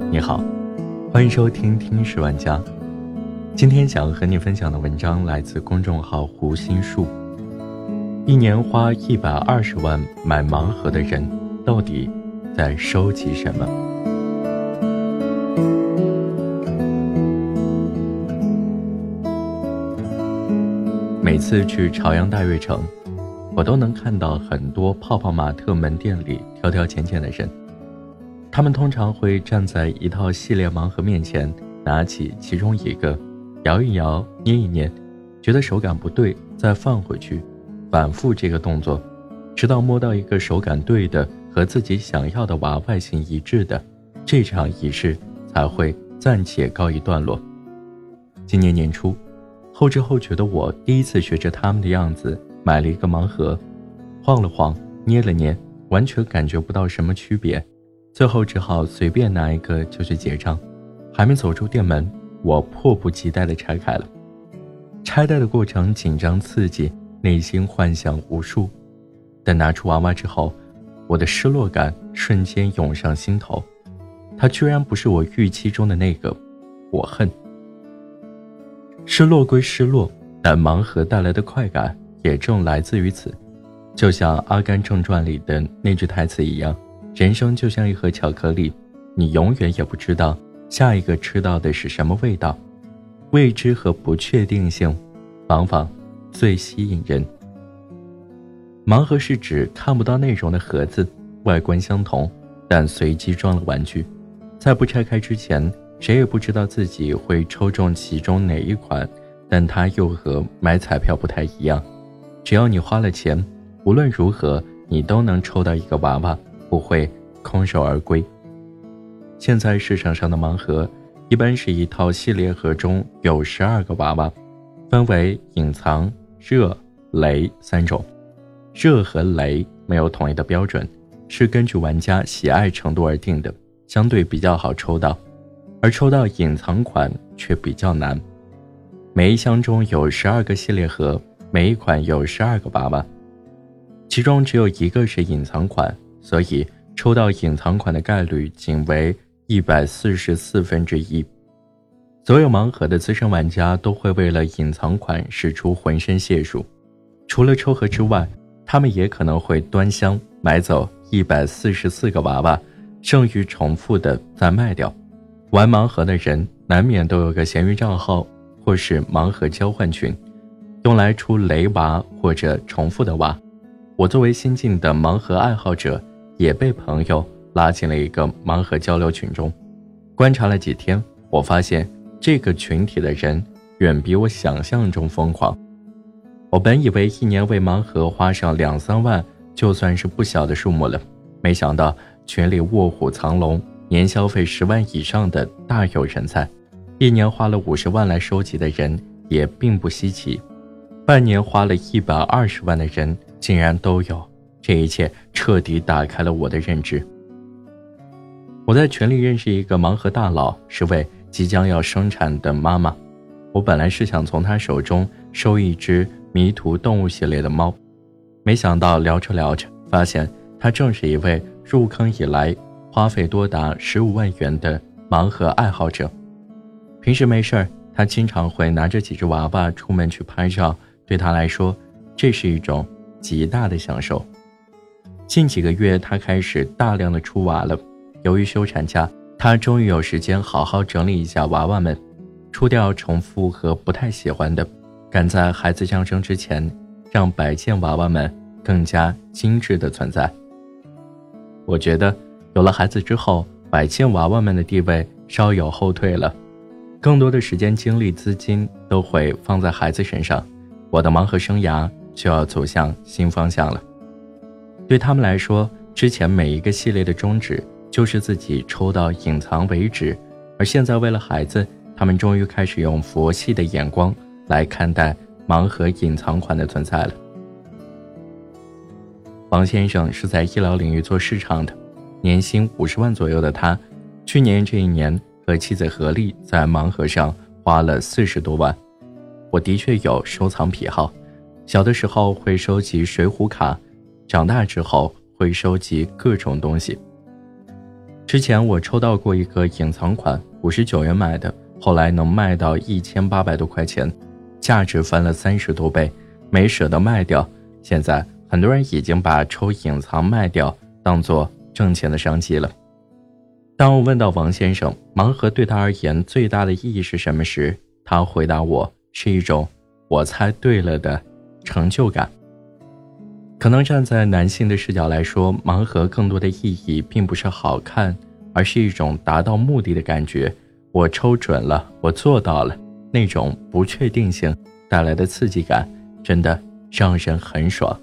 你好，欢迎收听听十万家。今天想和你分享的文章来自公众号胡心树。一年花120万买盲盒的人，到底在收集什么？每次去朝阳大悦城，我都能看到很多泡泡玛特门店里挑挑拣拣的人。他们通常会站在一套系列盲盒面前，拿起其中一个，摇一摇，捏一捏，觉得手感不对，再放回去，反复这个动作，直到摸到一个手感对的和自己想要的娃外形一致的，这场仪式才会暂且告一段落。今年年初，后知后觉的我第一次学着他们的样子买了一个盲盒，晃了晃，捏了捏，完全感觉不到什么区别，最后只好随便拿一个就去结账。还没走出店门，我迫不及待地拆开了。拆带的过程紧张刺激，内心幻想无数。但拿出娃娃之后，我的失落感瞬间涌上心头。它居然不是我预期中的那个，我恨。失落归失落，但盲盒带来的快感也正来自于此。就像《阿甘正传》里的那句台词一样，人生就像一盒巧克力，你永远也不知道下一个吃到的是什么味道。未知和不确定性往往最吸引人。盲盒是指看不到内容的盒子，外观相同，但随机装了玩具。在不拆开之前，谁也不知道自己会抽中其中哪一款，但它又和买彩票不太一样。只要你花了钱，无论如何你都能抽到一个娃娃，不会空手而归。现在市场上的盲盒一般是一套系列盒，中有12个娃娃，分为隐藏、热、雷3种。热和雷没有统一的标准，是根据玩家喜爱程度而定的，相对比较好抽到，而抽到隐藏款却比较难。每一箱中有12个系列盒，每一款有12个娃娃，其中只有一个是隐藏款，所以抽到隐藏款的概率仅为144%。所有盲盒的资深玩家都会为了隐藏款使出浑身解数，除了抽盒之外，他们也可能会端箱买走144个娃娃，剩余重复的再卖掉。玩盲盒的人难免都有个闲鱼账号或是盲盒交换群，用来出雷娃或者重复的娃。我作为新进的盲盒爱好者，也被朋友拉进了一个盲盒交流群中。观察了几天，我发现这个群体的人远比我想象中疯狂。我本以为一年为盲盒花上2-3万就算是不小的数目了，没想到群里卧虎藏龙，年消费10万以上的大有人在。一年花了50万来收集的人也并不稀奇，半年花了120万的人竟然都有。这一切彻底打开了我的认知。我在群里认识一个盲盒大佬，是位即将要生产的妈妈。我本来是想从她手中收一只迷途动物系列的猫，没想到聊着聊着，发现她正是一位入坑以来花费多达15万元的盲盒爱好者。平时没事儿，她经常会拿着几只娃娃出门去拍照，对她来说，这是一种极大的享受。近几个月，她开始大量的出娃了。由于休产假，她终于有时间好好整理一下娃娃们，除掉重复和不太喜欢的，赶在孩子降生之前，让摆件娃娃们更加精致的存在。我觉得有了孩子之后，摆件娃娃们的地位稍有后退了，更多的时间、精力、资金都会放在孩子身上，我的盲盒生涯就要走向新方向了。对他们来说，之前每一个系列的宗旨就是自己抽到隐藏为止，而现在为了孩子，他们终于开始用佛系的眼光来看待盲盒隐藏款的存在了。王先生是在医疗领域做市场的，年薪50万左右的他，去年这一年和妻子合力在盲盒上花了40多万。我的确有收藏癖好，小的时候会收集水浒卡，长大之后会收集各种东西。 之前我抽到过一个隐藏款，59元买的，后来能卖到1800多块钱，价值翻了30多倍，没舍得卖掉。现在很多人已经把抽隐藏卖掉当作挣钱的商机了。当我问到王先生盲盒对他而言最大的意义是什么时，他回答我，是一种我猜对了的成就感。可能站在男性的视角来说，盲盒更多的意义并不是好看，而是一种达到目的的感觉。我抽准了，我做到了，那种不确定性带来的刺激感真的让人很爽。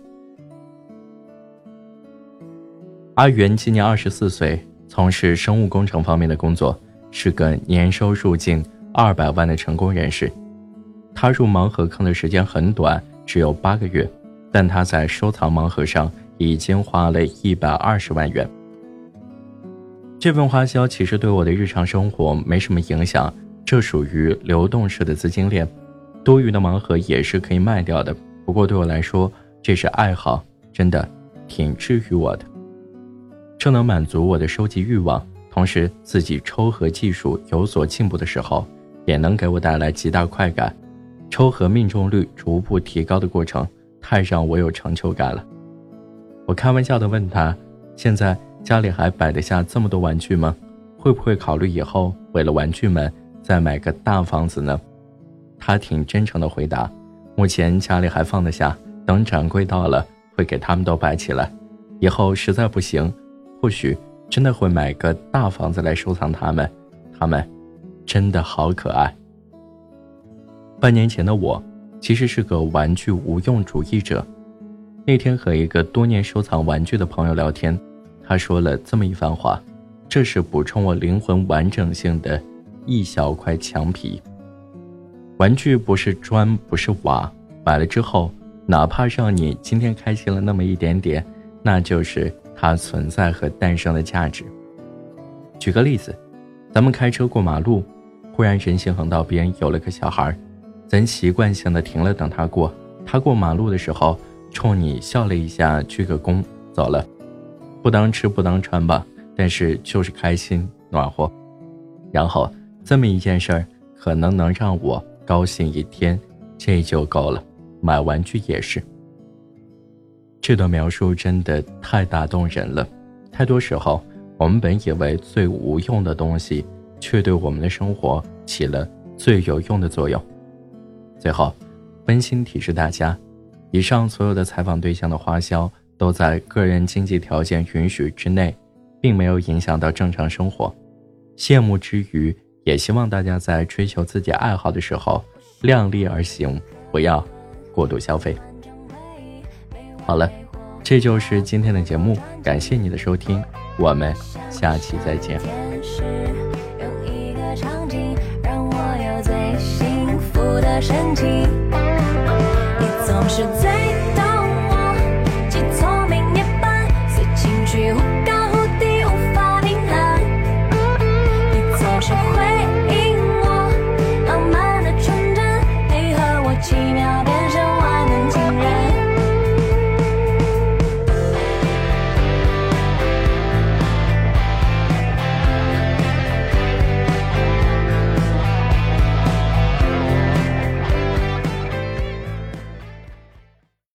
阿元今年24岁，从事生物工程方面的工作，是个年收入近200万的成功人士。他入盲盒坑的时间很短，只有8个月，但他在收藏盲盒上已经花了120万元。这份花销其实对我的日常生活没什么影响，这属于流动式的资金链，多余的盲盒也是可以卖掉的。不过对我来说，这是爱好，真的挺治愈我的。这能满足我的收集欲望，同时自己抽盒技术有所进步的时候，也能给我带来极大快感。抽盒命中率逐步提高的过程太让我有成就感了。我开玩笑地问他，现在家里还摆得下这么多玩具吗？会不会考虑以后为了玩具们再买个大房子呢？他挺真诚地回答，目前家里还放得下，等展柜到了会给他们都摆起来，以后实在不行，或许真的会买个大房子来收藏它们，它们真的好可爱。半年前的我其实是个玩具无用主义者。那天和一个多年收藏玩具的朋友聊天，他说了这么一番话，这是补充我灵魂完整性的一小块墙皮。玩具不是砖，不是瓦，买了之后哪怕让你今天开心了那么一点点，那就是它存在和诞生的价值。举个例子，咱们开车过马路，忽然人行横道边有了个小孩，咱习惯性的停了等他过，他过马路的时候冲你笑了一下，鞠个躬走了，不当吃不当穿吧，但是就是开心暖和。然后这么一件事儿可能让我高兴一天，这就够了。买玩具也是。这段描述真的太打动人了。太多时候我们本以为最无用的东西，却对我们的生活起了最有用的作用。最后温馨提示大家，以上所有的采访对象的花销都在个人经济条件允许之内，并没有影响到正常生活。羡慕之余，也希望大家在追求自己爱好的时候量力而行，不要过度消费。好了，这就是今天的节目，感谢你的收听，我们下期再见。 用一个场景让我有最幸福的神情，你总是最